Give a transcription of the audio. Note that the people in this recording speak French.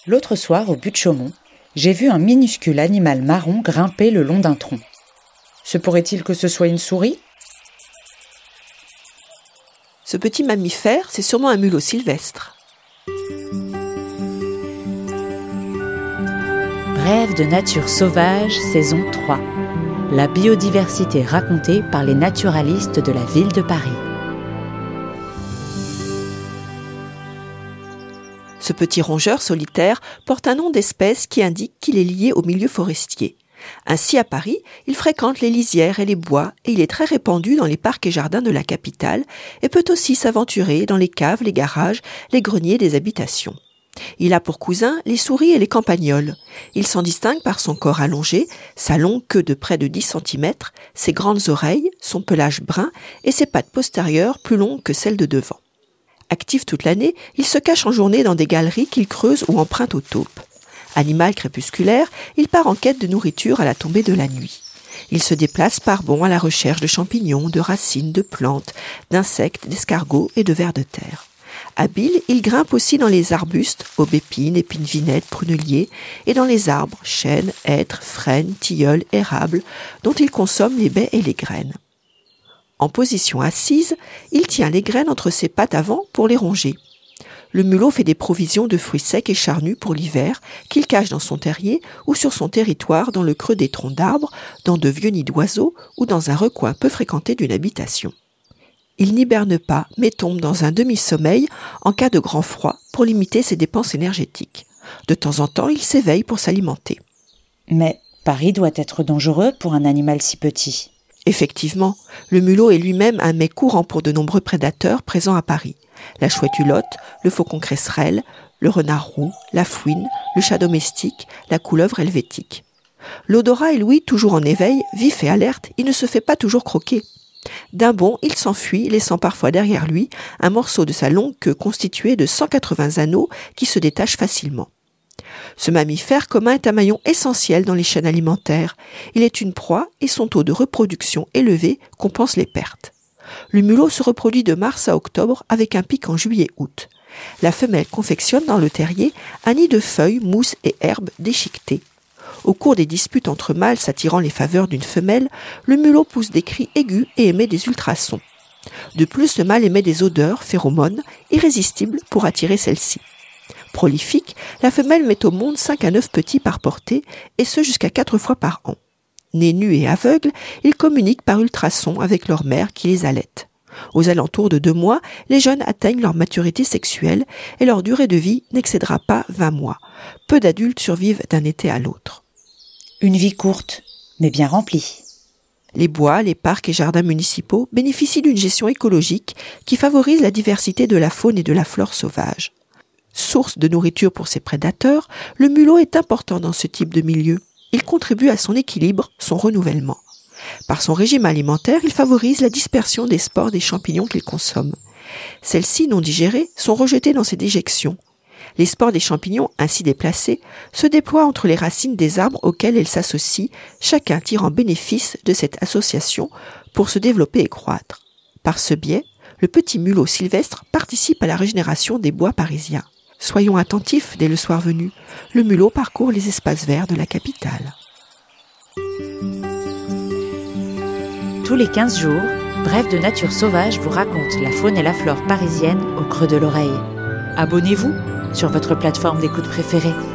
L'autre soir, au but de Chaumont, j'ai vu un minuscule animal marron grimper le long d'un tronc. Se pourrait-il que ce soit une souris ? Ce petit mammifère, c'est sûrement un mulot sylvestre. Brève de nature sauvage, saison 3. La biodiversité racontée par les naturalistes de la ville de Paris. Ce petit rongeur solitaire porte un nom d'espèce qui indique qu'il est lié au milieu forestier. Ainsi, à Paris, il fréquente les lisières et les bois et il est très répandu dans les parcs et jardins de la capitale et peut aussi s'aventurer dans les caves, les garages, les greniers des habitations. Il a pour cousins les souris et les campagnols. Il s'en distingue par son corps allongé, sa longue queue de près de 10 cm, ses grandes oreilles, son pelage brun et ses pattes postérieures plus longues que celles de devant. Actif toute l'année, il se cache en journée dans des galeries qu'il creuse ou emprunte aux taupes. Animal crépusculaire, il part en quête de nourriture à la tombée de la nuit. Il se déplace par bonds à la recherche de champignons, de racines, de plantes, d'insectes, d'escargots et de vers de terre. Habile, il grimpe aussi dans les arbustes, aubépines, épines-vinettes, pruneliers, et dans les arbres, chênes, hêtres, frênes, tilleuls, érables, dont il consomme les baies et les graines. En position assise, il tient les graines entre ses pattes avant pour les ronger. Le mulot fait des provisions de fruits secs et charnus pour l'hiver, qu'il cache dans son terrier ou sur son territoire dans le creux des troncs d'arbres, dans de vieux nids d'oiseaux ou dans un recoin peu fréquenté d'une habitation. Il n'hiberne pas, mais tombe dans un demi-sommeil en cas de grand froid pour limiter ses dépenses énergétiques. De temps en temps, il s'éveille pour s'alimenter. Mais Paris doit être dangereux pour un animal si petit. Effectivement, le mulot est lui-même un mets courant pour de nombreux prédateurs présents à Paris. La chouette hulotte, le faucon cresserelle, le renard roux, la fouine, le chat domestique, la couleuvre helvétique. L'odorat est lui toujours en éveil, vif et alerte, il ne se fait pas toujours croquer. D'un bond, il s'enfuit, laissant parfois derrière lui un morceau de sa longue queue constituée de 180 anneaux qui se détachent facilement. Ce mammifère commun est un maillon essentiel dans les chaînes alimentaires. Il est une proie et son taux de reproduction élevé compense les pertes. Le mulot se reproduit de mars à octobre avec un pic en juillet-août. La femelle confectionne dans le terrier un nid de feuilles, mousses et herbes déchiquetées. Au cours des disputes entre mâles s'attirant les faveurs d'une femelle, le mulot pousse des cris aigus et émet des ultrasons. De plus, le mâle émet des odeurs, phéromones, irrésistibles pour attirer celle-ci. Prolifique, la femelle met au monde 5 à 9 petits par portée, et ce jusqu'à 4 fois par an. Nés nus et aveugles, ils communiquent par ultrasons avec leur mère qui les allaite. Aux alentours de 2 mois, les jeunes atteignent leur maturité sexuelle et leur durée de vie n'excédera pas 20 mois. Peu d'adultes survivent d'un été à l'autre. Une vie courte, mais bien remplie. Les bois, les parcs et jardins municipaux bénéficient d'une gestion écologique qui favorise la diversité de la faune et de la flore sauvage. Source de nourriture pour ses prédateurs, le mulot est important dans ce type de milieu. Il contribue à son équilibre, son renouvellement. Par son régime alimentaire, il favorise la dispersion des spores des champignons qu'il consomme. Celles-ci, non digérées, sont rejetées dans ses déjections. Les spores des champignons, ainsi déplacés, se déploient entre les racines des arbres auxquels elles s'associent, chacun tirant bénéfice de cette association pour se développer et croître. Par ce biais, le petit mulot sylvestre participe à la régénération des bois parisiens. Soyons attentifs dès le soir venu. Le mulot parcourt les espaces verts de la capitale. Tous les 15 jours, Brève de nature sauvage vous raconte la faune et la flore parisienne au creux de l'oreille. Abonnez-vous sur votre plateforme d'écoute préférée.